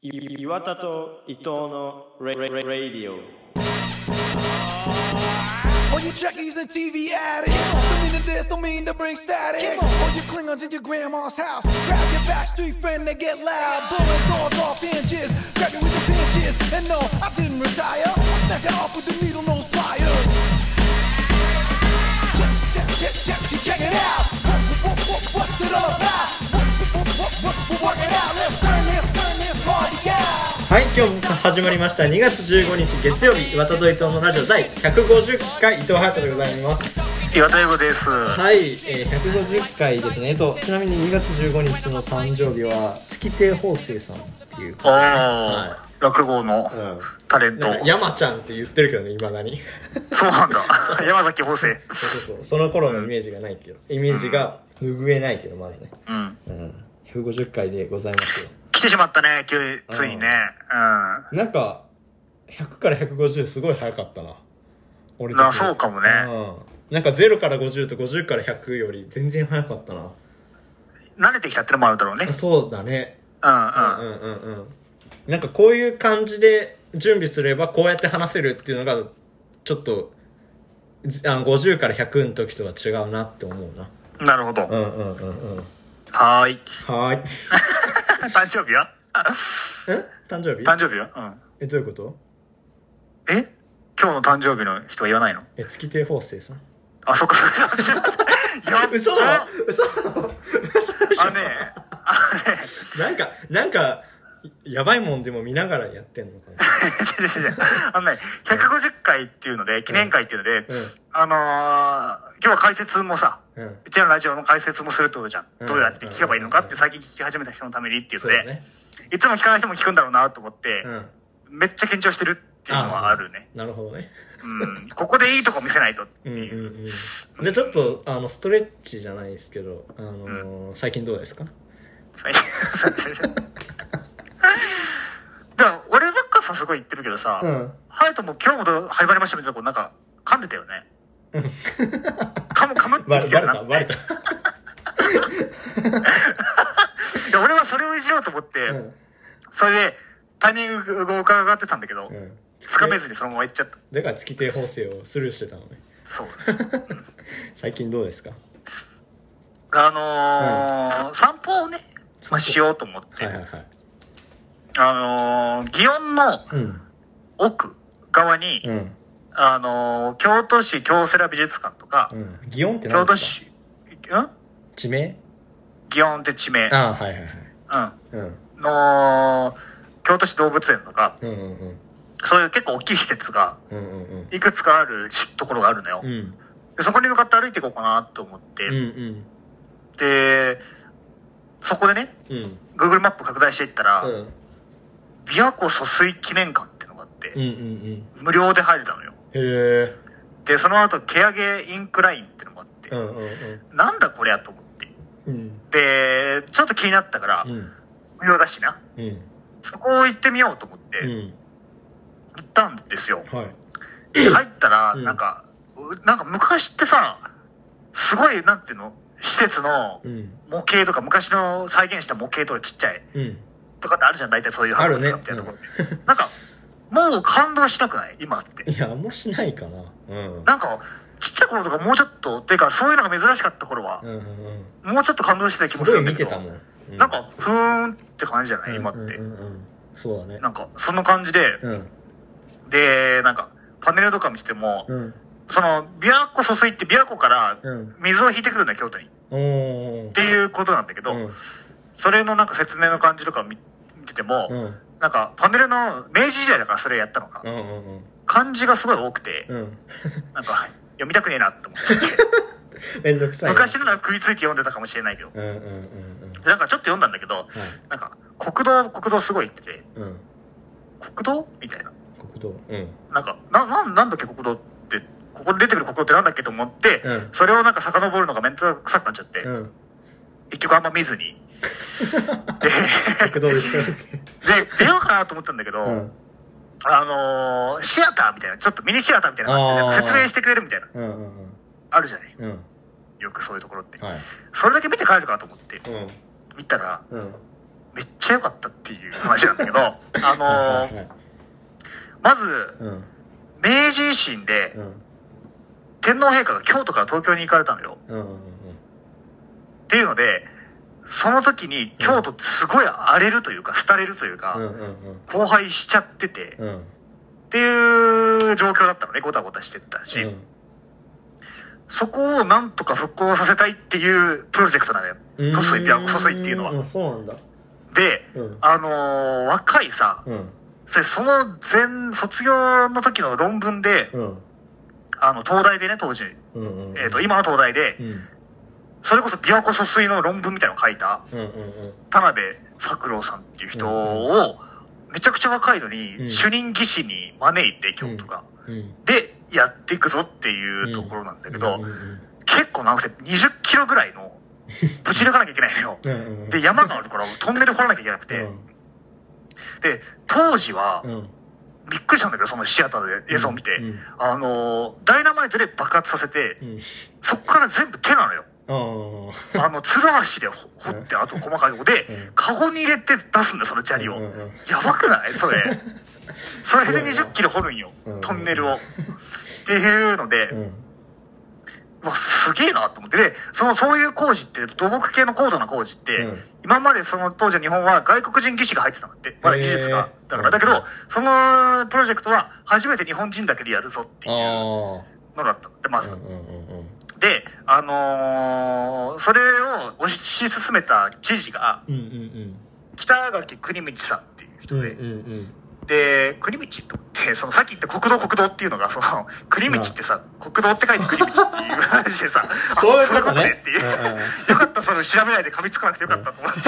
岩田と伊藤のレディオ。 All you trekkies and TV addicts, don't mean to this, don't mean to bring static. All you Klingons in your grandma's house, grab your backstreet friend, they get loud. Blowing doors off hinges, grab you with the pinches. And no, I didn't retire, I snatch it off with the needle nose pliers. Check it out. What's it all about? Work it out, let's turn this party out. はい、今日も始まりました2月15日月曜日、岩田と伊藤のラジオ第150回伊藤隼人でございます。 岩田英語です。 はい、150回ですね。ちなみに2月15日の誕生日は月亭方正さんっていう、 落語のタレント、 山ちゃんって言ってるけどね、未だに。 そうなんだ。山崎方正。 そうその頃のイメージがないけど、イメージが拭えないけどまだね。150回でございますよ。 来てしまったね、ついにね。 なんか100から150すごい早かったな。俺とそうかもね。 なんか0から50と50から100より全然早かったな。 慣れてきたってのもあるだろうね。 そうだね。なんかこういう感じで準備すればこうやって話せるっていうのがちょっと50から100の時とは違うなって思うな。 なるほど。はーい。誕生日は？ 誕生日？ 誕生日は？ どういうこと？ 今日の誕生日の人は言わないの？ 月亭方正さん。 あ、そっか。 嘘だろ？嘘なんかやばいもんでも見ながらやってんのかな。 違う。150回っていうので、記念会っていうので、今日は解説もさ、うちらのラジオの解説もするってことじゃん。どうやって聞けばいいのかって最近聞き始めた人のためにっていうので、いつも聞かない人も聞くんだろうなと思って、めっちゃ緊張してるっていうのはあるね。 なるほどね。 ここでいいとこ見せないとっていう。 じゃあちょっとストレッチじゃないですけど、最近どうですか？ じゃあ俺ばっかさすごい言ってるけどさ、ハヤトも今日も始まりましたみたいなことなんか噛んでたよね。噛むって言ってるな。 バレた。 俺はそれをいじろうと思って、それでタイミングが伺ってたんだけど、つかめずにそのまま行っちゃった。 だから月亭方正をスルーしてたのね。 そう。 最近どうですか？ 散歩をね、しようと思って、祇園の奥側に、京都市京セラ美術館とか、 祇園って何ですか？地名？ 祇園って地名。の京都市動物園とか、そういう結構大きい施設がいくつかあるところがあるのよ。でそこに向かって歩いていこうかなと思って、でそこでね、Google マップ拡大していったら、琵琶湖疎水記念館ってのがあって、無料で入れたのよ。でその後蹴上げインクラインってのもあって、なんだこりゃと思って、でちょっと気になったから、無料だしな、そこを行ってみようと思って、行ったんですよ。入ったら、なんか昔ってさ、すごいなんていうの、施設の模型とか、昔の再現した模型とかちっちゃい、とかってあるじゃん、大体そういう博物館みたいなところで。なんかもう感動しなくない？今って。 いや、あんましないかな。 なんかちっちゃい頃とかもうちょっとてかそういうのが珍しかった頃は、もうちょっと感動してた気もするんだけど、なんかふーんって感じじゃない？今って。 そうだね。 なんかそんな感じで、でなんかパネルとか見てても、その琵琶湖疎水って琵琶湖から水を引いてくるんだよ、京都に。っていうことなんだけど、それのなんか説明の感じとか見てても、なんかパネルの明治時代だからそれやったのか、漢字がすごい多くて、なんか読みたくねえなって思っちゃってめんどくさい。 昔のは食いついて読んでたかもしれないけど、なんかちょっと読んだんだけど、なんか国道すごい言ってて、国道みたいな。 国道。 なんかなんだっけ国道って、ここで出てくる国道ってなんだっけと思って、それをなんか遡るのがめんどくさくなっちゃって、結局あんま見ずに国道で出ようかなと思ったんだけど、シアターみたいな、ちょっとミニシアターみたいな説明してくれるみたいな、あるじゃない、よくそういうところって、それだけ見て帰るかと思って、見たら、 めっちゃ良かったっていう話なんだけどまず、明治維新で、天皇陛下が京都から東京に行かれたのよ、っていうのでその時に京都ってすごい荒れるというか廃れるというか、荒廃しちゃってて、っていう状況だったのね。ごたごたしてったし、そこをなんとか復興させたいっていうプロジェクトなのよ。疎水琵琶湖疎水っていうのは。 そうなんだ。 で、若いさ、その卒業の時の論文で、東大でね、当時、今の東大で、それこそ琵琶湖疎水の論文みたいなのを書いた、田辺作郎さんっていう人を、めちゃくちゃ若いのに、主任技師に招いて、京都が。で、やっていくぞっていうところなんだけど、結構長くて20キロぐらいの、ぶち抜かなきゃいけないのよ。で、山があるからトンネル掘らなきゃいけなくて。で、当時は、びっくりしたんだけど、そのシアターで映像を見て、ダイナマイトで爆発させて、そっから全部手なのよ。つる足で掘って、あと細かいとこで、カゴに入れて出すんだよ、その砂利を。やばくないそれ。それで20キロ掘るんよ、トンネルを。っていうので、わ、すげえなと思って。で、そういう工事って、土木系の高度な工事って、今までその当時の日本は外国人技師が入ってたんだって。まだ技術が。だけど、そのプロジェクトは初めて日本人だけでやるぞっていうのだったんだって、まず。で、それを推し進めた知事が、北垣国光さんっていう人で、で、国道と思って、さっき言った国道っていうのが、国道ってさ、国道って書いて国道っていう話でさ、 そういうことねっていう。よかった、調べないで噛みつかなくてよかったと思って。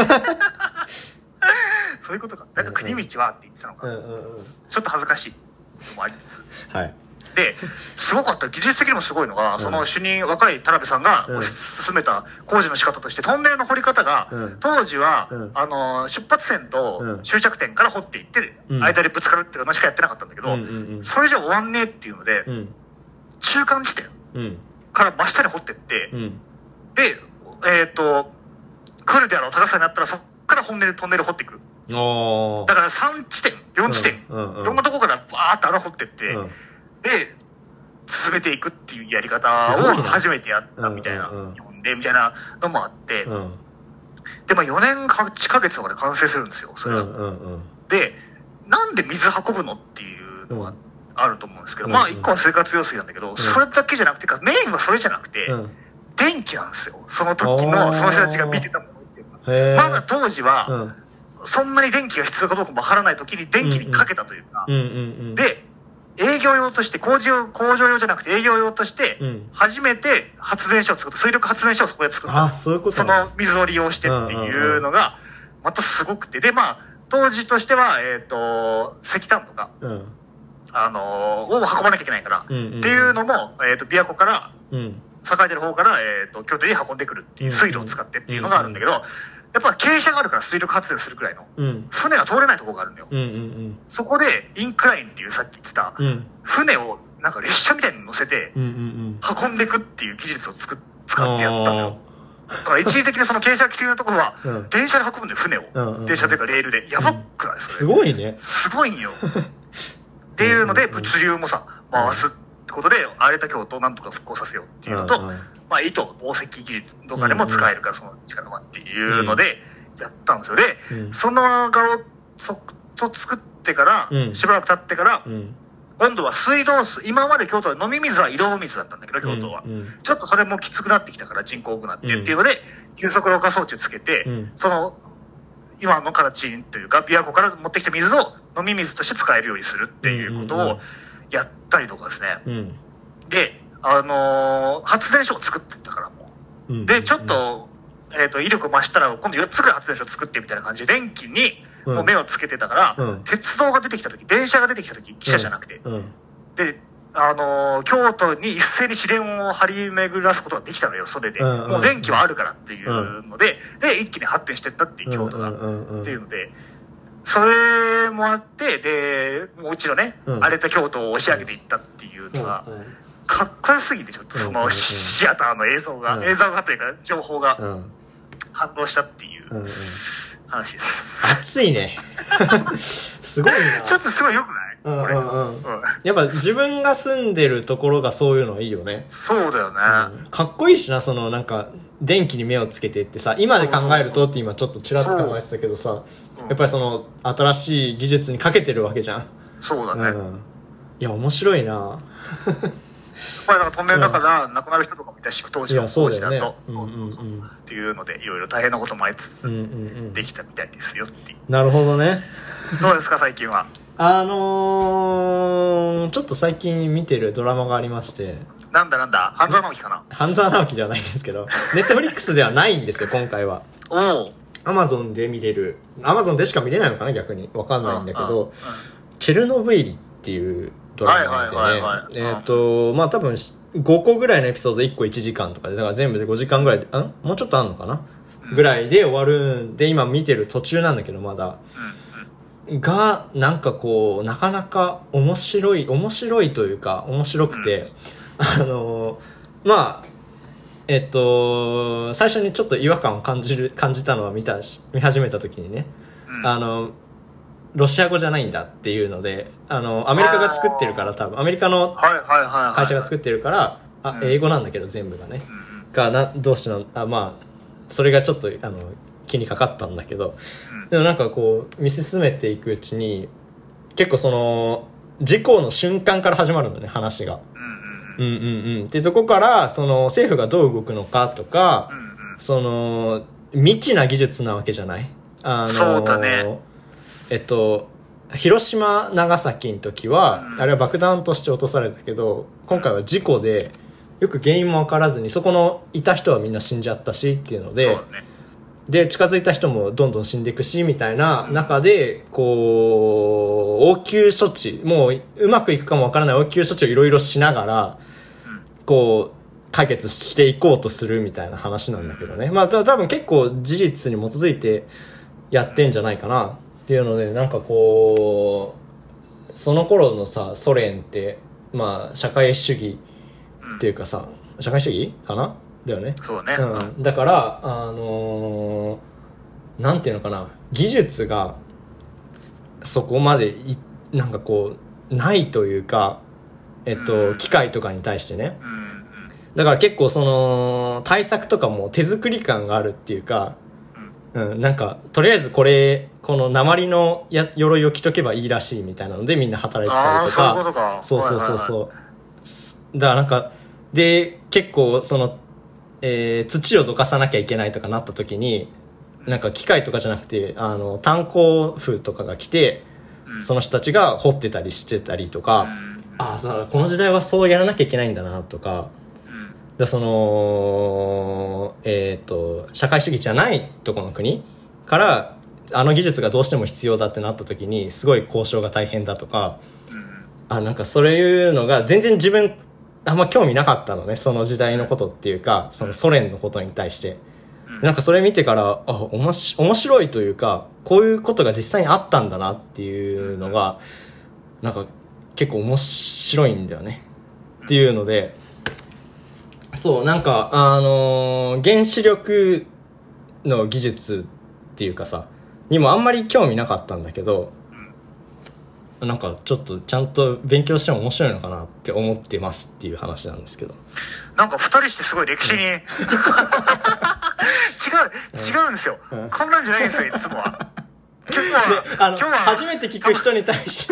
そういうことか。なんか国道はって言ってたのか。ちょっと恥ずかしいのもありつつ。はい。で、すごかった。技術的にもすごいのが、その主任、若い田辺さんが推し進めた工事の仕方として、トンネルの掘り方が、当時は、出発点と終着点から掘っていって、間でぶつかるっていうのしかやってなかったんだけど、それじゃ終わんねえっていうので、中間地点から真下に掘ってって、で、来るであろう高さになったら、そっからトンネル掘っていく。だから3地点、4地点、いろんなとこからバーッと穴掘ってって、で、進めていくっていうやり方を初めてやったみたいな、日本でみたいなのもあって、で、4年8ヶ月とかで完成するんですよ、それが。で、なんで水運ぶのっていうのはあると思うんですけど、一個は生活用水なんだけど、それだけじゃなくて、メインはそれじゃなくて、電気なんですよ。その時の、その人たちが見てたものっていうのは。まだ当時は、そんなに電気が必要かどうかもわからない時に電気にかけたというか、で、営業用として、工場用じゃなくて営業用として、初めて発電所を作った、水力発電所をそこで作った。その水を利用してっていうのが、またすごくて。で、当時としては、石炭とか、を運ばなきゃいけないから、っていうのも、琵琶湖から、栄えてる方から、京都に運んでくるっていう、水路を使ってっていうのがあるんだけど、やっぱ傾斜があるから水力発電するくらいの、船が通れないところがあるんだよ。そこでインクラインっていうさっき言ってた、船をなんか列車みたいに乗せて運んでいくっていう技術を使ってやったのよ。だから一時的にその傾斜急なところは電車で運ぶんだよ、船を。電車というかレールで。やばくない？ すごいね。 すごいんよ。っていうので物流もさ回すってことで荒れた京都をなんとか復興させようっていうのと、糸、紡績技術とかでも使えるから、その力がっていうのでやったんですよ。で、その側を作ってから、しばらく経ってから、今度は水道水、今まで京都は飲み水は井戸水だったんだけど、京都は。ちょっとそれもきつくなってきたから人口多くなってっていうので、急速老化装置をつけて、今の形というか、琵琶湖から持ってきた水を飲み水として使えるようにするっていうことをやったりとかですね。で、発電所を作ってったからもう。で、ちょっと、威力を増したら、今度4つくらい発電所を作ってみたいな感じで、電気にもう目をつけてたから、鉄道が出てきた時、電車が出てきた時、汽車じゃなくて。で、京都に一斉に市電を張り巡らすことができたのよ、それで。もう電気はあるからっていうので、で、一気に発展してったっていう京都が。っていうので、それもあって、で、もううちのね、荒れた京都を押し上げていったっていうのが、かっこよすぎてちょっとそのシアターの映像がというか情報が反応したっていう話です。 熱いね。すごいな。 ちょっとすごい良くない？ やっぱ自分が住んでるところがそういうのいいよね。 そうだよね。 かっこいいしな、そのなんか、電気に目をつけてってさ、今で考えるとって今ちょっとちらっと考えてたけどさ、やっぱりその、新しい技術にかけてるわけじゃん。 そうだね。 いや、面白いな。 これなんかトンネルだから亡くなる人とかもいたし、当時の工事だと、っていうのでいろいろ大変なこともありつつできたみたいですよっていう。 なるほどね。 どうですか最近は？ ちょっと最近見てるドラマがありまして。 なんだ半沢直樹かな？ 半沢直樹ではないんですけど、ネットフリックスではないんですよ今回は。アマゾンで見れる、アマゾンでしか見れないのかな逆にわかんないんだけど、チェルノブイリっていうドラマがいてね、まあ多分5個ぐらいのエピソード1個1時間とかで、だから全部で5時間ぐらい、もうちょっとあんのかなぐらいで終わるんで、今見てる途中なんだけどまだ、がなんかこうなかなか面白いというか面白くて、まあ最初にちょっと違和感を感じたのは見始めた時にね、ロシア語じゃないんだっていうので、アメリカが作ってるから、多分アメリカの会社が作ってるから、英語なんだけど全部がね、どうしてなまあそれがちょっと気にかかったんだけど、でもなんかこう見進めていくうちに結構その事故の瞬間から始まるのね話が。っていうところからその政府がどう動くのかとか、その未知な技術なわけじゃない。 そうだね。 広島長崎の時は、あれは爆弾として落とされたけど、今回は事故でよく原因も分からずにそこのいた人はみんな死んじゃったしっていうので、で近づいた人もどんどん死んでいくしみたいな中で、こう応急処置、もううまくいくかも分からない応急処置をいろいろしながらこう解決していこうとするみたいな話なんだけどね。まあ多分結構事実に基づいてやってんじゃないかなっていうので、なんかこうその頃のさソ連ってまあ社会主義っていうかさ、社会主義かなだよね。 そうね。 だからなんていうのかな、技術がそこまでなんかこうないというか、機械とかに対してね。だから結構その対策とかも手作り感があるっていうか、なんかとりあえずこの鉛の鎧を着とけばいいらしいみたいなのでみんな働いてたりとか。 そういうことか。 そうだからなんかで結構その土をどかさなきゃいけないとかなった時に、なんか機械とかじゃなくて炭鉱夫とかが来て、その人たちが掘ってたりしてたりとか、そうこの時代はそうやらなきゃいけないんだなとか、その社会主義じゃないとこの国から技術がどうしても必要だってなった時にすごい交渉が大変だとか、なんかそういうのが全然自分あんま興味なかったのね、その時代のことっていうか、そのソ連のことに対して。なんかそれ見てから面白いというか、こういうことが実際にあったんだなっていうのがなんか結構面白いんだよねっていうので、そうなんか原子力の技術っていうかさにもあんまり興味なかったんだけど、なんかちょっとちゃんと勉強しても面白いのかなって思ってますっていう話なんですけど、 なんか2人してすごい歴史に、違うんですよ、こんなんじゃないんですよいつもは。 今日は初めて聞く人に対して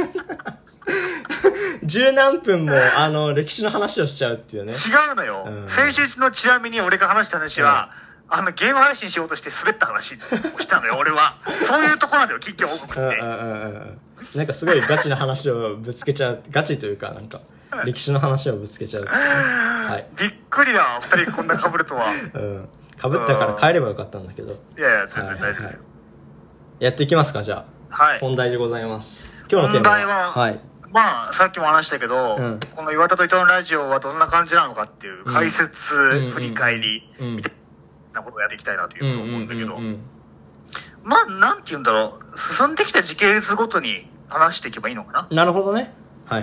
十何分も歴史の話をしちゃうっていうね。 違うのよ、先週のちなみに俺が話した話は、ゲーム配信しようとして滑った話をしたのよ俺は。そういうところなんだよ結局多くってなんかすごいガチな話をぶつけちゃう、ガチというかなんか歴史の話をぶつけちゃう、はい、 びっくりだ2人こんな被るとは。 被ったから帰ればよかったんだけど、 いや全然大丈夫ですよ。 やっていきますか。じゃあ、本題でございます。今日のテーマは、 まあさっきも話したけど、この岩田と伊藤のラジオはどんな感じなのかっていう解説、振り返りみたいなことをやっていきたいなというふうに思うんだけど、まあなんて言うんだろう、進んできた時系列ごとに話していけばいいのかな。 なるほどね。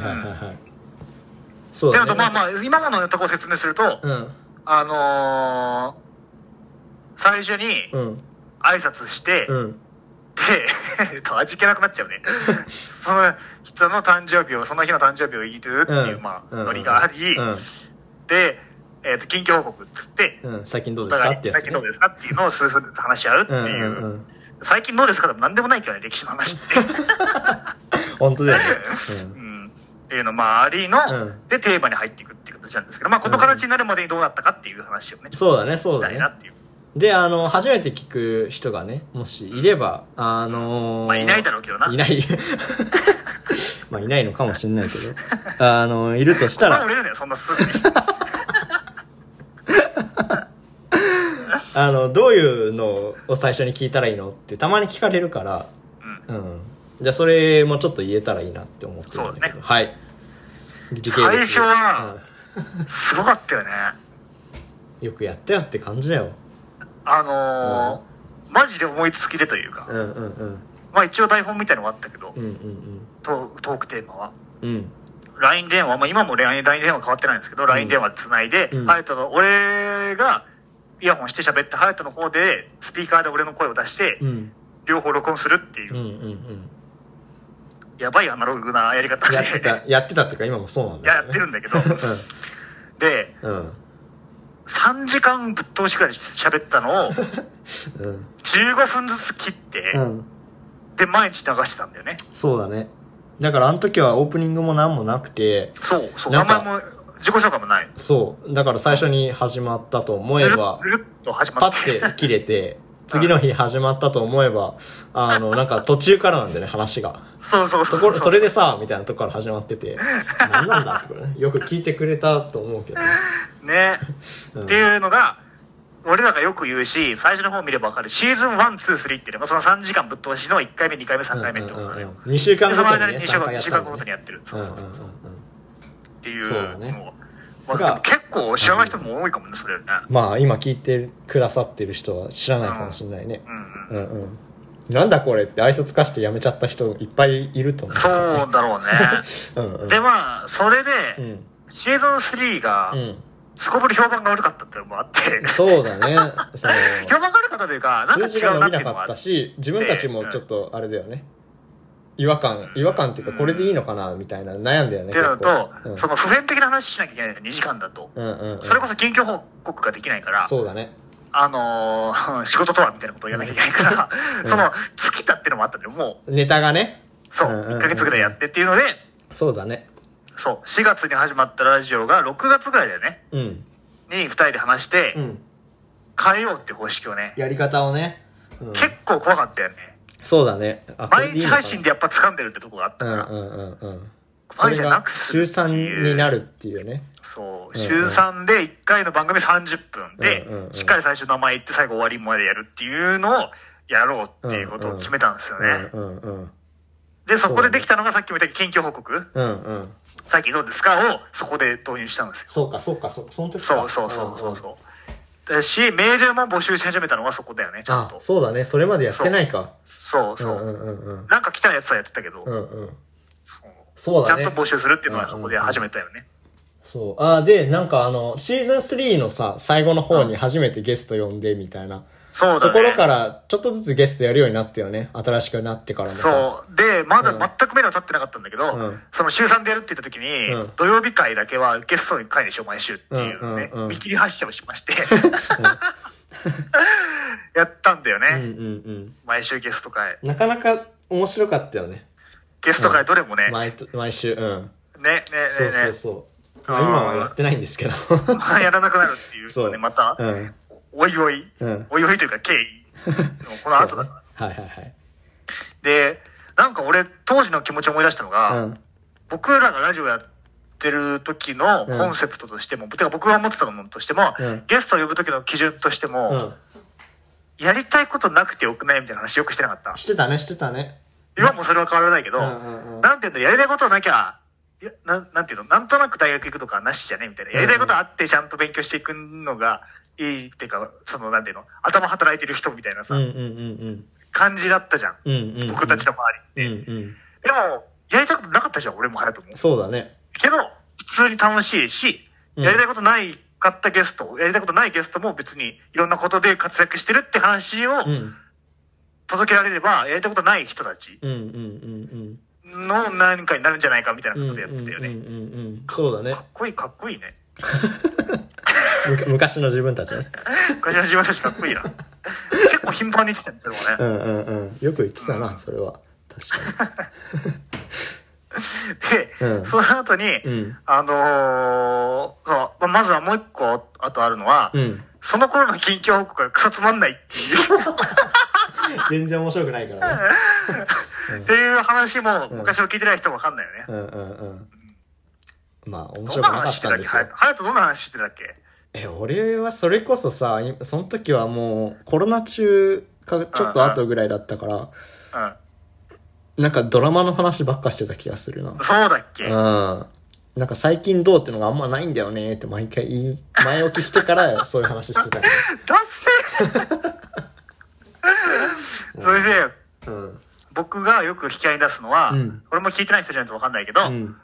そうだね。 でもまあ今のところを説明すると、最初に挨拶して、 味気なくなっちゃうね。その人の誕生日を、その日の誕生日を言うっていう、まあ、ノリがあり、で、近況報告っつって、 最近どうですかってやつ、ね。 最近どうですかっていうのを数分で話し合うっていう。最近どうですかでも何でもないけどね、歴史の話って。 本当だよね。 っていうのまあありの、でテーマに入っていくっていう形なんですけど、まあこの形になるまでにどうなったかっていう話をね、 そうだねそうだねしたいなっていう。 で初めて聞く人がねもしいればまあいないだろうけどな。 いないまあいないのかもしれないけどいるとしたらまあ売れるんだよそんなすぐにどういうのを最初に聞いたらいいのってたまに聞かれるから、じゃあそれもちょっと言えたらいいなって思ってるんだけど、 そうね、 はい。 最初は、すごかったよね。 よくやったよって感じだよ。 マジで思いつきでというか、まあ一応台本みたいのがあったけど、トークテーマは、LINE 電話、まあ今も LINE 電話変わってないんですけど、LINE 電話つないで、隼人の、俺がイヤホンして喋って、隼人の方でスピーカーで俺の声を出して、両方録音するっていう、やばいアナログなやり方でやってたっていうか今もそうなんだよね。 やってるんだけどで、3時間ぶっ通しくらい喋ったのを15分ずつ切って、で毎日流してたんだよね。 そうだね。だからあの時はオープニングも何もなくて、 そう名前も自己紹介もない。 そうだから最初に始まったと思えばぐるっと始まってパッて切れて次の日始まったと思えばなんか途中からなんだよね話が。 そうそれでさみたいなとこから始まってて何なんだってこれ、ね、よく聞いてくれたと思うけどねっていうのが俺らがよく言うし、最初の方見れば分かるシーズン1、2、3っていうのがその3時間ぶっ通しの1回目2回目3回目ってことだね。 2週間ごとにね、 その間に2週間ごとにやってる。そうっていうのを結構知らない人も多いかもね、それね。 まあ今聞いてくださってる人は知らないかもしれないね。なんだこれって愛想つかしてやめちゃった人いっぱいいると思う。 そうだろうね。でまあそれで、シーズン3が、すこぶり評判が悪かったっていうのもあって。 そうだね。 評判が悪かったというか、なんか違うなっていうのもあって。数字が伸びなかったし、自分たちもちょっとあれだよね。違和感っていうかこれでいいのかなみたいな悩んだよね。 っていうのと、その普遍的な話しなきゃいけない2時間だと、それこそ近況報告ができないから。 そうだね。 仕事とはみたいなことをやらなきゃいけないから、その尽きたっていうのもあったんだよ。もうネタがね。 そう、1ヶ月ぐらいやってっていうので。 そうだね。 そう4月に始まったラジオが6月ぐらいだよね。に2人で話して、変えようって方式をね。 やり方をね。 結構怖かったよね。 そうだね。 毎日配信でやっぱ掴んでるってとこがあったから。 それが週3になるっていうね。 そう。週3で1回の番組30分で、しっかり最初名前言って最後終わりまでやるっていうのをやろうっていうことを決めたんですよね。で、そこでできたのがさっきも言った近況報告。最近どうですかをそこで導入したんですよ。 そうか。その時か。そう。だし、メールも募集し始めたのがそこだよね、ちゃんと。 そうだね。それまでやってないか。 そう。なんか来たやつはやってたけど。 そうだね。 ちゃんと募集するっていうのはそこで始めたよね。 そう。で、なんかシーズン3のさ、最後の方に初めてゲスト呼んでみたいな。 そうだね。 ところから、ちょっとずつゲストやるようになったよね。新しくなってからもさ。 そう。で、まだ全く目が立ってなかったんだけど、その週3でやるって言った時に、土曜日会だけはゲストに会でしょ、毎週っていうのね、見切り発車をしまして、やったんだよね。毎週ゲスト会。 なかなか面白かったよね。 ゲスト会どれもね。 毎週、 ね。 そう。今はやってないんですけど。 やらなくなるっていうのね、また。おいおいというか経緯この後だはいで、なんか俺当時の気持ちを思い出したのが、僕らがラジオやってる時のコンセプトとしても、てか僕が思ってたものとしても、ゲストを呼ぶ時の基準としても、やりたいことなくてよくないみたいな話よくしてなかった？ してたね今もそれは変わらないけど、なんていうの、やりたいことなきゃなんていうの、なんとなく大学行くとかなしじゃねみたいな、やりたいことあってちゃんと勉強していくのがいいっていうか、そのなんていうの、頭働いてる人みたいなさ、感じだったじゃん、僕たちの周りって。でもやりたいことなかったじゃん、俺も隼人も。 そうだね。 けど普通に楽しいし、やりたいことないかったゲスト、やりたいことないゲストも別にいろんなことで活躍してるって話を、 届けられれば、やりたことない人たちの何かになるんじゃないかみたいなことでやってたよね。 そうだね。 かっこいいね。 昔の自分たちね。 昔の自分たちかっこいいな。結構頻繁に言ってたんですよね。 よく言ってたな、それは。確かに。 で、その後に、そうまずはもう一個あとあるのは、その頃の近況報告がクソつまんないっていう全然面白くないからねっていう話も昔を聞いてない人もわかんないよね。 まあ面白くなかったんですよ。 ハヤトどんな話してたっけ？ 俺はそれこそさ、その時はもうコロナ中かちょっと後ぐらいだったから、なんかドラマの話ばっかしてた気がするな。 そうだっけ？ なんか最近どうってのがあんまないんだよねって毎回前置きしてからそういう話してたけど。 それで、僕がよく引き合いに出すのは、俺も聞いてない人じゃないと分かんないけど、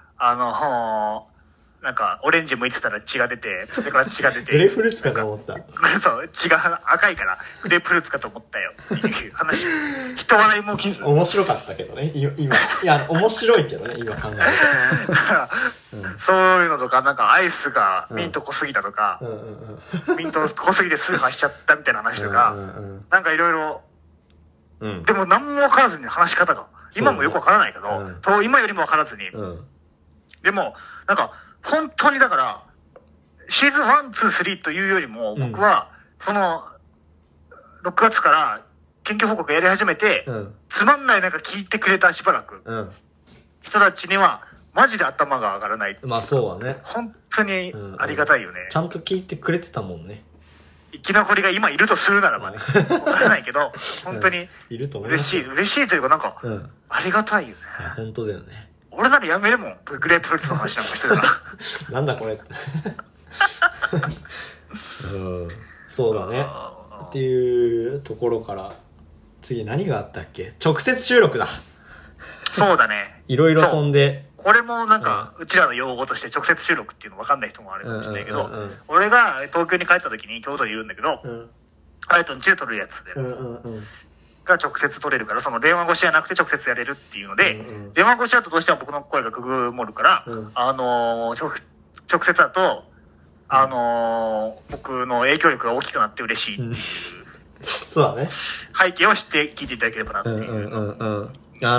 なんかオレンジ向いてたら血が出て、それから血が出て、 グレープフルーツかと思った。 そう、血が赤いからグレープフルーツかと思ったよっていう話。人笑いも起きず。 面白かったけどね、今。いや、面白いけどね、今考えると。そういうのとか、なんかアイスがミント濃すぎたとか、ミント濃すぎてスーハーしちゃったみたいな話とか、なんかいろいろ、でも何も分からずに話し方が、今もよく分からないけど、今よりも分からずに、でも、なんか、本当にだから、シーズン1、2、3というよりも、僕は、その、6月から研究報告やり始めて、つまんないなんか聞いてくれたしばらく、人たちには、マジで頭が上がらない。 まあそうだね。 本当にありがたいよね。 ちゃんと聞いてくれてたもんね。 生き残りが今いるとするならばね。わからないけど、本当に嬉しいというかなんか、ありがたいよね。 本当だよね。 俺ならやめるもん。グレープフルーツの話なんかしてたら。 なんだこれって。そうだね。っていうところから、次何があったっけ？直接収録だ。 そうだね。 いろいろ飛んで。 これもなんか、うちらの用語として直接収録っていうの分かんない人もあるかもしれないけど、俺が東京に帰った時に京都で言うんだけど、あれとんちで撮るやつで。が直接取れるから、その電話越しじゃなくて直接やれるっていうので、電話越しだとどうしても僕の声がくぐもるから、直接だと、僕の影響力が大きくなって嬉しいっていう、 そうだね。 背景を知って聞いていただければなっていう。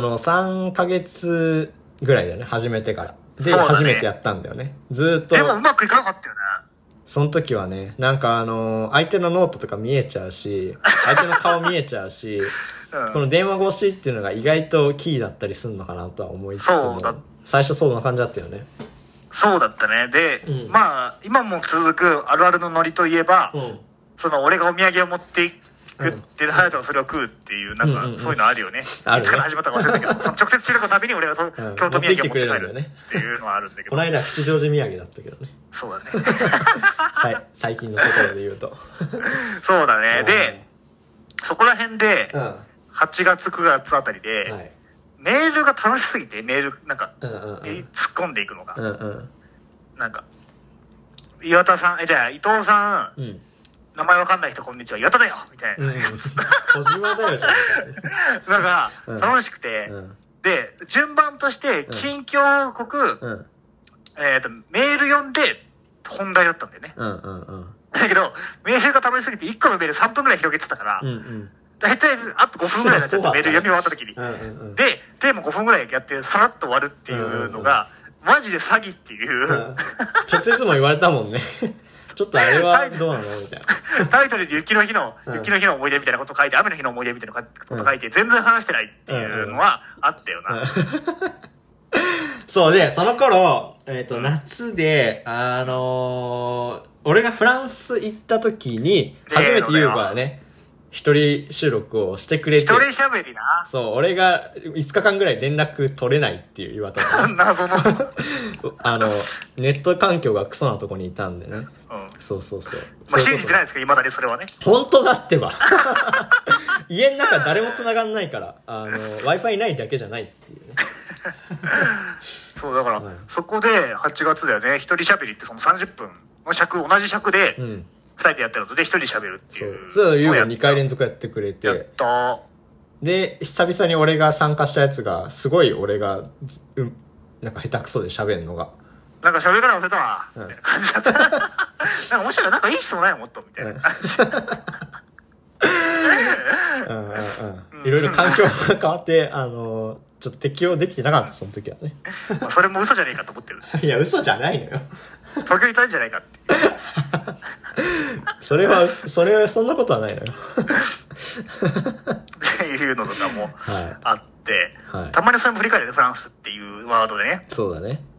3ヶ月ぐらいだよね、始めてから。で、初めてやったんだよね。ずーっと。 でもうまくいかなかったよね。 その時はね、なんか相手のノートとか見えちゃうし、相手の顔見えちゃうし、この電話越しっていうのが意外とキーだったりするのかなとは思いつつも、最初そんな感じだったよね。 そうだったね。で、まあ、今も続くあるあるのノリといえば、その俺がお土産を持っていくって、ハヤトがそれを食うっていう、なんかそういうのあるよね。いつから始まったか忘れたけど、その直接収録のたびに俺が京都土産を持って帰るっていうのはあるんだけど。 この間吉祥寺土産だったけどね。 そうだね。 最近のところで言うと。 そうだね。で、そこら辺で、8月9月あたりで、メールが楽しすぎて、なんか、突っ込んでいくのが。なんか、岩田さん、じゃあ伊藤さん、名前わかんない人こんにちは、岩田だよみたいな。 小島だよじゃん。 なんか、楽しくて、で、順番として、近況報告、メール読んで、本題だったんだよね。だけど、メールが溜まりすぎて、1個のメール3分くらい広げてたから、だいたいあと5分くらいになっちゃった、メール読み終わった時に。で、テーマ5分くらいやって、さらっと終わるっていうのが、マジで詐欺っていう。 直接も言われたもんね。ちょっとあれはどうなのみたいな。 タイトルで雪の日の思い出みたいなこと書いて、雨の日の思い出みたいなこと書いて、全然話してないっていうのはあったよな。 そうで、その頃、夏で、俺がフランス行った時に、初めてユーがね、一人収録をしてくれて。 一人喋りな。 そう、俺が5日間ぐらい連絡取れないっていう言われた。 謎の。 ネット環境がクソなとこにいたんでね。そう。 まあ、信じてないですけど、未だにそれはね。 本当だってば。家の中誰も繋がんないから、Wi-Fi ないだけじゃないっていうね。 そう、だから、そこで8月だよね、一人喋りってその30分の尺、同じ尺で、2人でやってるので、一人喋るっていう。 そう、ユーが2回連続やってくれて。 やった。 で久々に俺が参加したやつがすごい俺がなんか下手くそで喋るのがなんか喋り方忘れたわ、みたいな感じだったなんか面白い、なんかいい質問ないのもっとみたいな感じいろいろ環境が変わってちょっと適応できてなかったその時はねまあそれも嘘じゃねえかと思ってるいや嘘じゃないのよ東京いたんじゃないかってそれはそんなことはないのよっていうのとかもあって、 はい、 たまにそれも振り返るね、フランスっていうワードでね。 そうだね。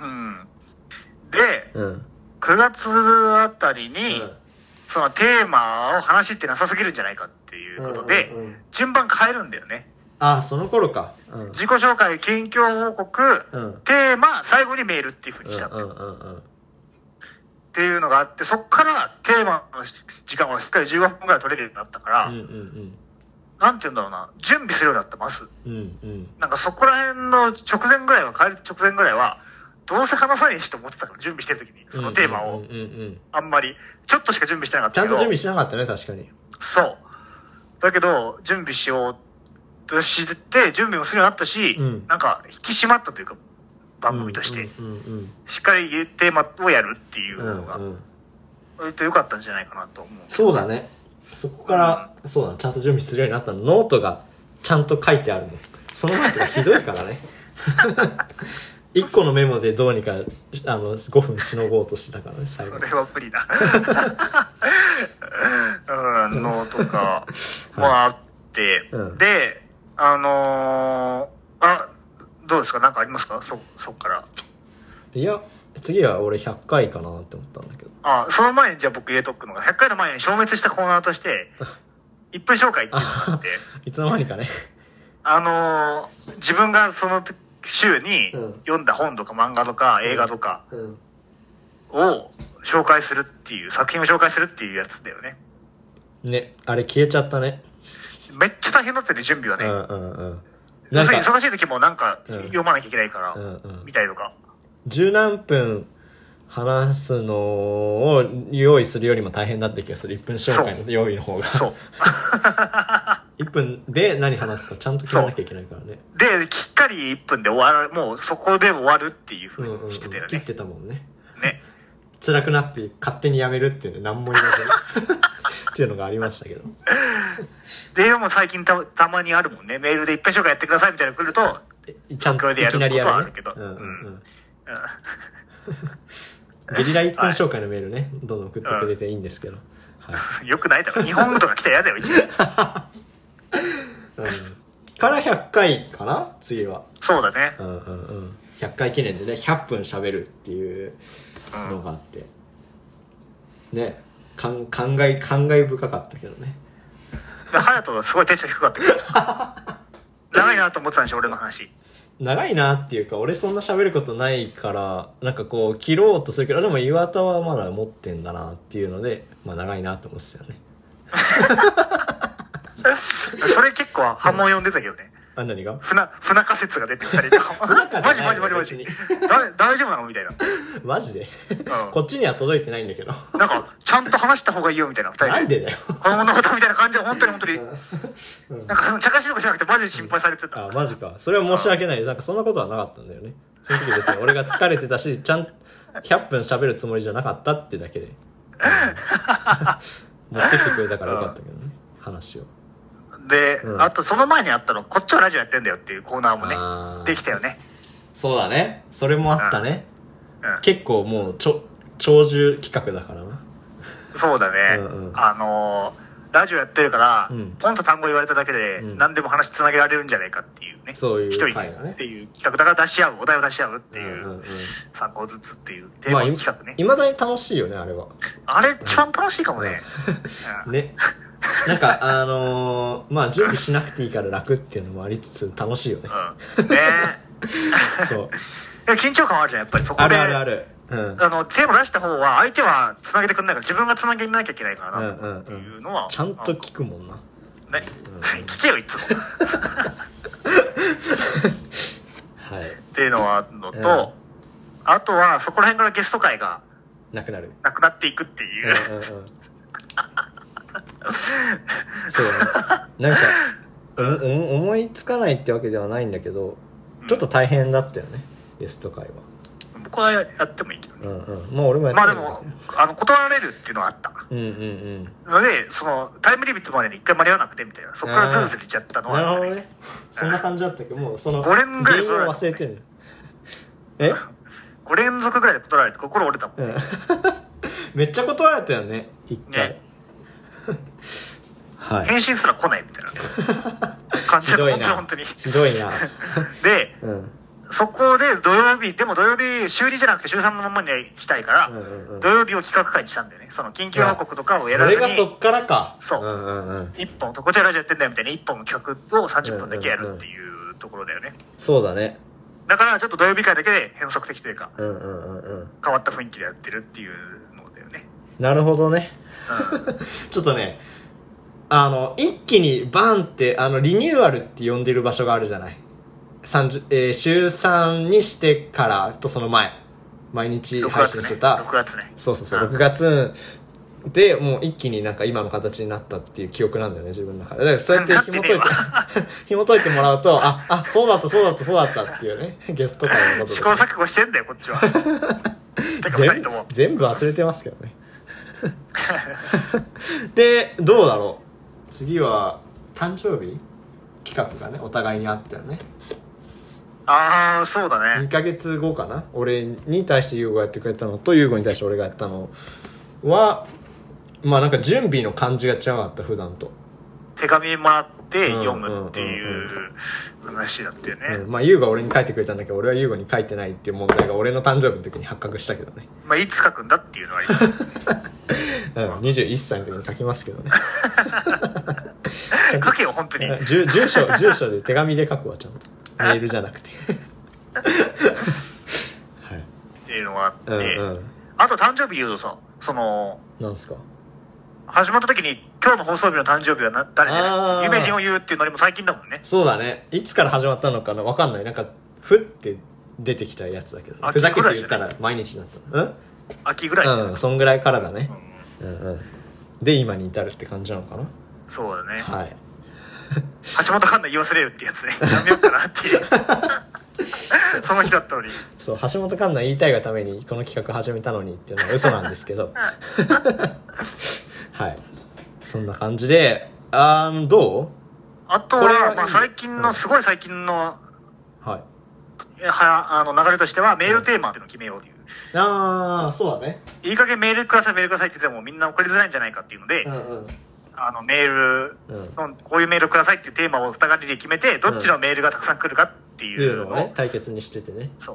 で、9月あたりに、そのテーマを話ってなさすぎるんじゃないかっていうことで、順番変えるんだよね。 ああ、その頃か。 自己紹介、近況報告、テーマ、最後にメールっていう風にしたんだよ。っていうのがあって、そっからテーマの時間をしっかり15分くらい取れるようになったから、なんて言うんだろうな、準備するようになったます。なんかそこら辺の帰る直前ぐらいは、どうせ話さねえしと思ってたから、準備してる時に、そのテーマを、あんまり、ちょっとしか準備してなかったけど。 ちゃんと準備しなかったね、確かに。 そう。だけど、準備しようとして、準備もするようになったし、なんか引き締まったというか、番組として、しっかりテーマをやるっていうのが、割と良かったんじゃないかなと思う。 そうだね。そこから、そうだ、ちゃんと準備するようになったの。ノートがちゃんと書いてあるの。そのノートがひどいからね。1個のメモでどうにか5分しのごうとしてたからね、最後。 それは無理だ。ノートかもあって、で、どうですか、なんかありますか、そっから。 いや、次は俺100回かなって思ったんだけど。 その前にじゃあ僕入れとくのが、100回の前に消滅したコーナーとして、1分紹介っていうのがあって。 いつの間にかね。 自分がその週に読んだ本とか漫画とか映画とかを紹介するっていう、作品を紹介するっていうやつだよね。 ね、あれ消えちゃったね。 めっちゃ大変だったよね、準備はね。要するに忙しい時もなんか読まなきゃいけないから、見たりとか。 十何分話すのを用意するよりも大変だった気がする。1分紹介の用意の方が。そう。1分で何話すかちゃんと決めなきゃいけないからね。 で、きっかり1分で終わる、もうそこで終わるっていう風にしてたよね。 切ってたもんね。 ね。 辛くなって勝手にやめるっていうね、何も言わずっていうのがありましたけど。 でも最近たまにあるもんね。メールで1分紹介やってくださいみたいなの来ると、 ちゃんといきなりやる、ね。あるけど。ゲリラ1分紹介のメールね、どんどん送ってくれていいんですけど。 よくないだろ。日本語とか来たら嫌だよ、一日。 から100回かな次は。 そうだね。 100回記念でね、100分喋るっていうのがあって。ね、感慨深かったけどね。 隼人はすごいテンション低かったけど。長いなと思ってたんでしょ、俺の話。 長いなっていうか、俺そんな喋ることないから、なんかこう切ろうとするけど、でも岩田はまだ持ってんだなっていうので、まあ長いなと思ってたよね。 それ結構波紋呼んでたけどね。 何が？ 不仲説が出てきたりとか。マジ。大丈夫なのみたいな。 マジで、こっちには届いてないんだけど。 なんか、ちゃんと話した方がいいよみたいな、二人で。 なんでだよ。 子供のことみたいな感じで、本当に。なんか、茶化しとかじゃなくて、マジで心配されてた。 マジか。それは申し訳ない。なんか、そんなことはなかったんだよね。その時別に俺が疲れてたし、100分喋るつもりじゃなかったってだけで。持ってきてくれたからよかったけどね、話を。 で、あとその前にあったの、こっちはラジオやってんだよっていうコーナーもね、できたよね。 そうだね。それもあったね。結構もう長寿企画だからな。 そうだね。ラジオやってるから、ポンと単語言われただけで、何でも話つなげられるんじゃないかっていうね。 そういう回がね。っていう企画だからお題を出し合うっていう、3個ずつっていうテーマ企画ね。 未だに楽しいよね、あれは。 あれ一番楽しいかもね。 ね。なんかまあ準備しなくていいから楽っていうのもありつつ楽しいよね。 ね。 そう。 緊張感あるじゃん、やっぱりそこで。 ある。 テーマ出した方は相手は繋げてくんないから自分が繋げなきゃいけないからなっていうのはちゃんと聞くもんな。 ね。聞けよいつも。 はい。 っていうのはあるのと、あとはそこら辺からゲスト会がなくなっていくっていう。 そう。なんか思いつかないってわけではないんだけど、ちょっと大変だったよね、ゲスト会は。 僕はやってもいいけどね。 まあ俺もやってもいい。まあでも断られるっていうのはあった。のでそのタイムリミットまでに一回間に合わなくてみたいな、そこからズルズルいっちゃったのは、 なるほどね。そんな感じだったけど、もうその 5連ぐらい原因を忘れてる。 5連続ぐらいで断られて心折れたもん。 めっちゃ断られたよね、一回。はい。 返信すら来ないみたいな感じだった。本当にひどいな。 で、そこで土曜日週2じゃなくて週3のままにしたいから、土曜日を企画会にしたんだよね。その緊急報告とかをやらずに、 それがそっからか。 そう、一本こちらラジオやってんだよみたいな一本の企画を30分だけやるっていうところだよね。 そうだね。 だからちょっと土曜日会だけで変則的というか、変わった雰囲気でやってるっていうのだよね。 なるほどね。ちょっとね、一気にバンってリニューアルって呼んでる場所があるじゃない。週3にしてからとその前、毎日配信してた 6月ね。 そう6月でもう一気になんか今の形になったっていう記憶なんだよね、自分の中で。だからそうやって紐解いてもらうと、そうだったっていうね、ゲスト会のこと試行錯誤してんだよこっちは。2人とも全部忘れてますけどね。でどうだろう、次は誕生日企画がね、お互いにあったよね。 そうだね。 2ヶ月後かな、俺に対して優吾がやってくれたのと優吾に対して俺がやったのは、まあなんか準備の感じが違かった、普段と。 手紙もらって読むっていう話だったよね。 まあ優吾は俺に書いてくれたんだけど、俺は優吾に書いてないっていう問題が俺の誕生日の時に発覚したけどね。 まあいつ書くんだっていうのはあります。 21歳の時に書きますけどね。 書けよ本当に。 住所で手紙で書くわ、ちゃんとメールじゃなくて。はい。 っていうのがあって、あと誕生日言うとさ、 なんすか、 始まった時に今日の放送日の誕生日は誰ですか、有名人を言うっていうのにも最近だもんね。 そうだね。いつから始まったのかな、わかんない。なんかふって出てきたやつだけど、ふざけて言ったら毎日になった。 秋ぐらい。 そんぐらいからだね。で今に至るって感じなのかな。 そうだね。 はい。 橋本環奈言い忘れるってやつね。やめようかなっていう。その日だったのに。 そう、橋本環奈言いたいがためにこの企画始めたのにっていうのは嘘なんですけど。はい。そんな感じで、どう？ あとは、まあ最近の、すごい最近の、 はい。 流れとしてはメールテーマっていうのを決めようっていう。 そうだね。 いい加減メールくださいって言ってもみんな送りづらいんじゃないかっていうので、メールの、こういうメールくださいっていうテーマを2人で決めて、どっちのメールがたくさん来るかっていうのをね、対決にしててね。 そう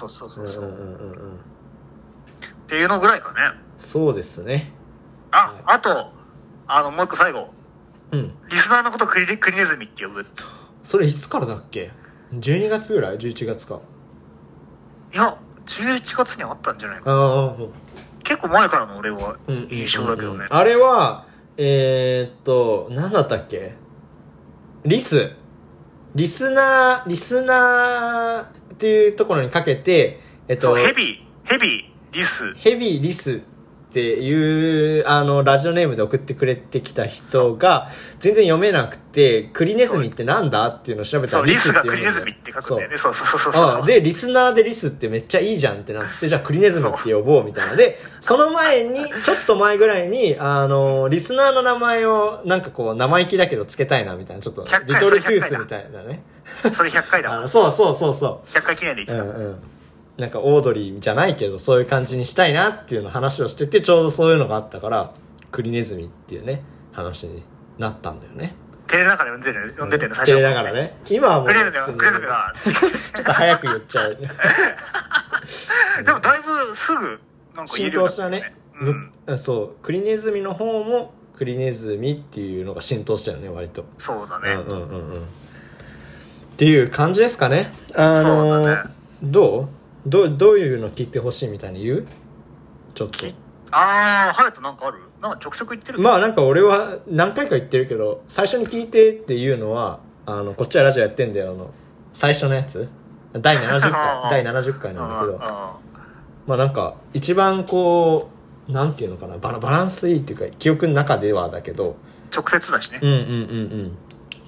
っていうのぐらいかね。 そうですね。 あともう一個最後、リスナーのことクリネズミって呼ぶ。 それいつからだっけ？12月ぐらい11月か。 いや11月にあったんじゃないかな。結構前からの俺は印象だけどね。 あれはなんだったっけ？リスナーっていうところにかけて、 そう、ヘビーリスっていうラジオネームで送ってくれてきた人が全然読めなくて、クリネズミってなんだっていうのを調べたらリスがクリネズミって書くんだよね。そうでリスナーでリスってめっちゃいいじゃんってなって、じゃあクリネズミって呼ぼうみたいなで、その前にちょっと前ぐらいにリスナーの名前をなんかこう生意気だけどつけたいなみたいな、ちょっとリトルトゥースみたいなね。 それ100回だ。 そう 100回記念で言ってた。 なんかオードリーじゃないけどそういう感じにしたいなっていうの話をしてて、ちょうどそういうのがあったからクリネズミっていうね話になったんだよね。 照れながら読んでてね、最初。 照れながらね。今はもうクリネズミがちょっと早く言っちゃう。 でもだいぶすぐなんか言えるようになったね。 浸透したね。そう、クリネズミの方もクリネズミっていうのが浸透したよね、割と。 そうだね。 っていう感じですかね。 そうだね。 どういうの聞いてほしいみたいに言う？ちょっと。 隼人なんかある？なんかちょくちょく言ってる。 まあなんか俺は何回か言ってるけど、最初に聞いてっていうのはこっちはラジオやってんだよ、最初のやつ第70回なんだけど、まあなんか一番こうなんていうのかな、バランスいいっていうか記憶の中ではだけど直接だしね。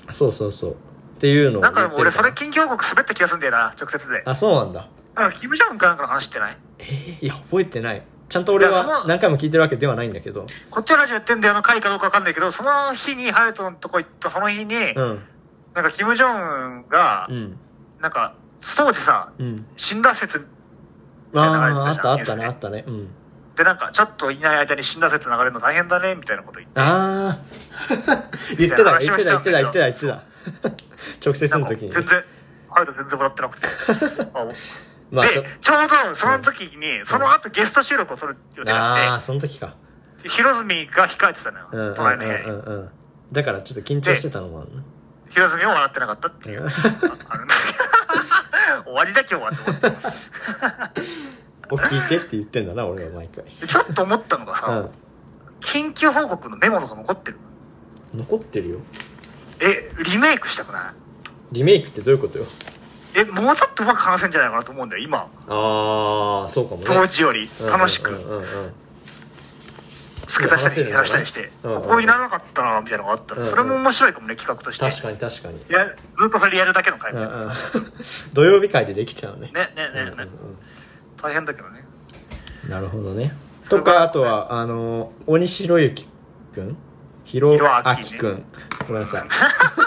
そうそうそうっていうのを言ってる。 なんか俺それ近況報告滑った気がするんだよな、直接で。 あ、そうなんだ。 なんかキム・ジョンウンかなんかの話ってない？ いや覚えてない。ちゃんと俺は何回も聞いてるわけではないんだけど、 こっちのラジオやってんだよの回かどうかわかんないけど、その日にハヤトのとこ行ったその日に、なんかキム・ジョンウンが、なんか当時さ、死んだ説みたいな流れてたじゃん。 あったねあったね。 でなんかちょっといない間に死んだ説流れるの大変だねみたいなこと言って。 言ってた直接の時に全然ハヤト全然もらってなくて。でちょうどその時に、その後ゲスト収録を撮る予定があって、 その時か。 ヒロズミが控えてたのよ、隣の部屋に。 だからちょっと緊張してたのもあるの。 ヒロズミは笑ってなかったっていうあるんだけど終わりだ今日はって思って聞いてって言ってんだな俺は毎回。 ちょっと思ったのがさ、緊急報告のメモとか残ってる？ 残ってるよ。 リメイクしたくない？ リメイクってどういうことよ？ もうちょっとうまく話せんじゃないかなと思うんだよ今。 そうかもね。 当時より楽しく付け足したり減らしたりして、ここいらなかったなみたいなのがあったら、それも面白いかもね、企画として。 確かに確かに。 ずっとそれやるだけの回みたいな。 土曜日会でできちゃうね。 ね大変だけどね。 なるほどね。とかあとは大西博之くん、ひろあきくん、ごめんなさい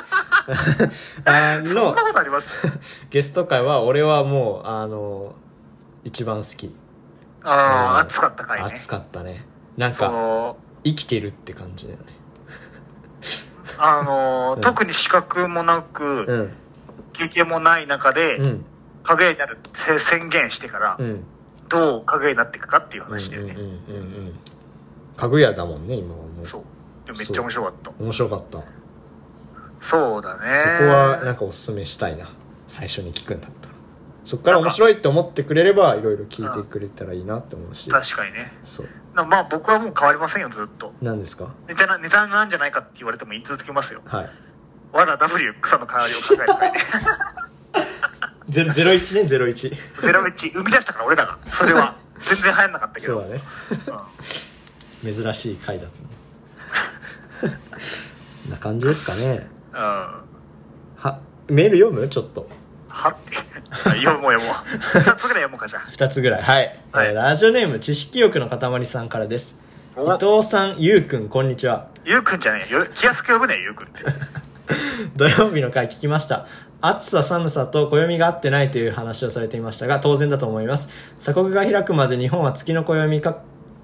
そんなことあります？ ゲスト会は俺はもう一番好き。 熱かった回ね。 熱かったね。なんか生きてるって感じだよね。 特に資格もなく、経験もない中で、かぐやになるって宣言してから、どうかぐやになっていくかっていう話だよね。 かぐやだもんね今はもう。 そうでもめっちゃ面白かった。 面白かった。 そうだね。 そこはなんかおすすめしたいな、最初に聞くんだったら。そこから面白いって思ってくれればいろいろ聞いてくれたらいいなって思うし。 確かにね。 そうまあ僕はもう変わりませんよ、ずっと。 何ですか？ ネタなんじゃないかって言われても言い続けますよ。 はい。 わら W 草の代わりを考える会ね 01ね。01 生み出したから俺らが。それは全然流行んなかったけど。 そうだね、珍しい回だったな感じですかね。メール読む？ちょっと読もう2つぐらい読もうか。じゃあ 2つぐらい。はい、ラジオネーム知識欲の塊さんからです。伊藤さん、ゆうくん、こんにちは。 ゆうくんじゃないよ、気安く呼ぶねゆうくんって土曜日の回聞きました。暑さ寒さと暦が合ってないという話をされていましたが、当然だと思います。鎖国が開くまで日本は月の暦太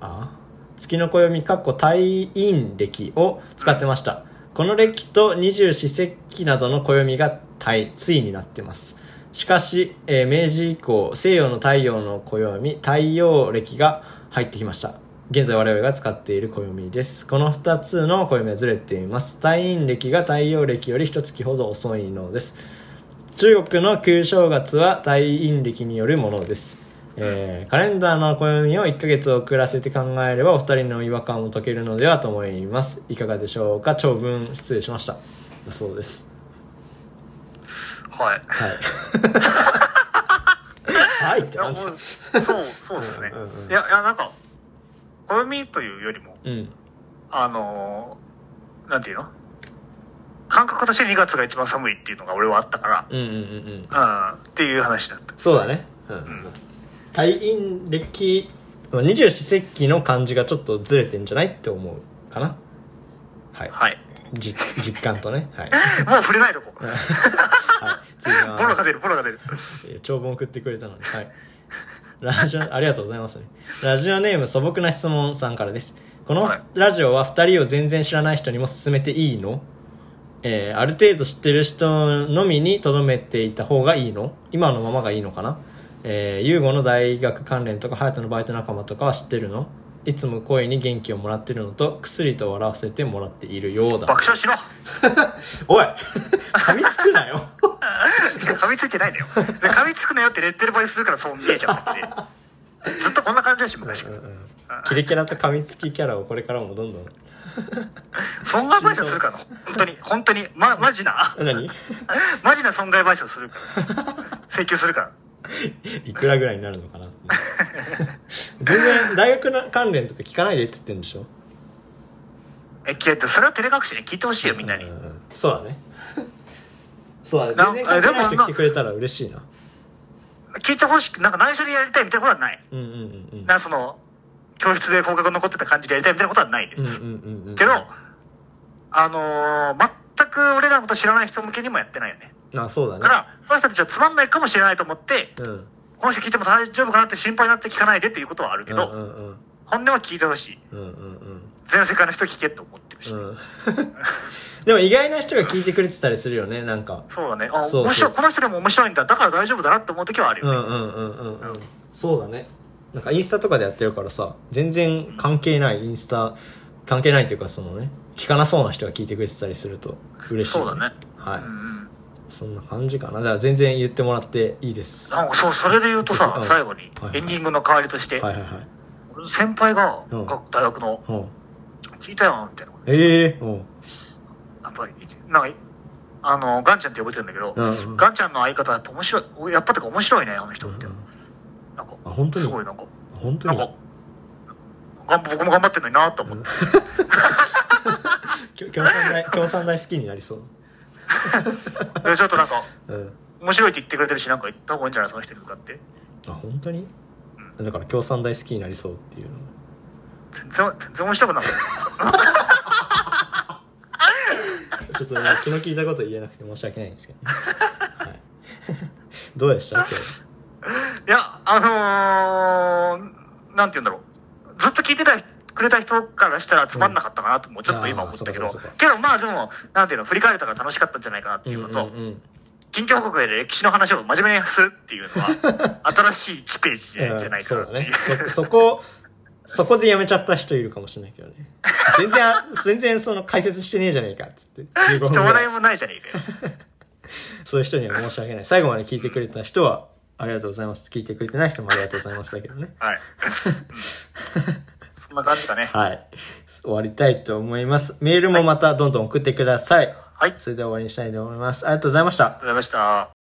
陰暦を使ってました。この暦と二十四節気などの暦が対になってます。しかし、明治以降西洋の太陽の暦太陽暦が入ってきました。現在我々が使っている暦です。この2つの暦はずれています。太陰暦が太陽暦より1月ほど遅いのです。中国の旧正月は太陰暦によるものです。カレンダーの暦を1ヶ月遅らせて考えればお二人の違和感も解けるのではと思います。いかがでしょうか。長文失礼しました。そうです。 はいはいってなんだ。 そうですね。いやなんか暦というよりも、なんていうの、感覚として2月が一番寒いっていうのが俺はあったから、っていう話だった。 そうだね。太陰暦二十四節気の漢字がちょっとずれてんじゃないって思うかな。はい。実感とね。はい。 もう触れないとこ。 はい。次はボロが出る。 長文送ってくれたのに。はい。ありがとうございます、ね。ラジオネーム素朴な質問さんからです。このラジオは2人を全然知らない人にも勧めていいの？ある程度知ってる人のみに留めていた方がいいの？今のままがいいのかな？ユーゴの大学関連とかハヤトのバイト仲間とかは知ってるの？いつも声に元気をもらってるのと薬と笑わせてもらっているようだ。 爆笑しろおい噛みつくなよ噛みついてないのよ。噛みつくなよってレッテル貼りするからそう見えちゃうってずっとこんな感じだし昔から、 キレキャラと噛みつきキャラをこれからもどんどん損害賠償するから本当にマジなマジな損害賠償するから請求するからいくらぐらいになるのかな全然大学の関連とか聞かないでって言ってるんでしょ。 それは照れ隠しに聞いてほしいよみんなに、 そうだねそうだね。全然関係ない人来てくれたら嬉しいな。 聞いてほしく、なんか内緒でやりたいみたいなことはない。なんかその、教室で放課後残ってた感じでやりたいみたいなことはないです。けど、全く俺らのこと知らない人向けにもやってないよね。 あ、そうだね。 だから、その人たちはつまんないかもしれないと思って、この人聞いても大丈夫かなって心配になって聞かないでっていうことはあるけど、本音は聞いてほしい。全世界の人聞けと思ってるし。 でも意外な人が聞いてくれてたりするよね、なんか。 そうだね。面白い、この人でも面白いんだ、だから大丈夫だなって思う時はあるよね。 そうだね。なんかインスタとかでやってるからさ、全然関係ないインスタ、関係ないというかそのね、聞かなそうな人が聞いてくれてたりすると嬉しい、ね。そうだね。はい。そんな感じかな。だから全然言ってもらっていいです。 そう、それで言うとさ、最後に、エンディングの代わりとして、先輩が、大学の、聞いたよ、みたいな。やっぱり、なんか、ガンちゃんって呼ばれてるんだけど、ガンちゃんの相方やっぱ面白い、やっぱてか面白いね、あの人って。なんか、 本当にすごいなんか、 本当になんか、僕も頑張ってんのになと思って。 共産大好きになりそう。 で、ちょっとなんか、面白いって言ってくれてるし、なんか言った方がいいんじゃないその人に向かって。 本当に？だから共産大好きになりそうっていうの。 全然面白くなかった。 ちょっとね、気の利いたこと言えなくて申し訳ないんですけど、ね。はい。どうでした今日？ いや、なんて言うんだろう。ずっと聞いてくれた人からしたらつまんなかったかなともちょっと今思ったけど、けどまあでも、なんていうの、振り返れたから楽しかったんじゃないかなっていうのと、近況報告で歴史の話を真面目にするっていうのは、新しい1ページじゃないかなっていう。 そうだね。そこでやめちゃった人いるかもしれないけどね。全然その解説してねえじゃねえかっつって。 人笑いもないじゃねえかよ。 そういう人には申し訳ない。最後まで聞いてくれた人は、ありがとうございます。聞いてくれてない人もありがとうございますだけどね。 はい。そんな感じだね。 はい。終わりたいと思います。メールもまたどんどん送ってください。 はい。 それでは終わりにしたいと思います。ありがとうございました。 ありがとうございました。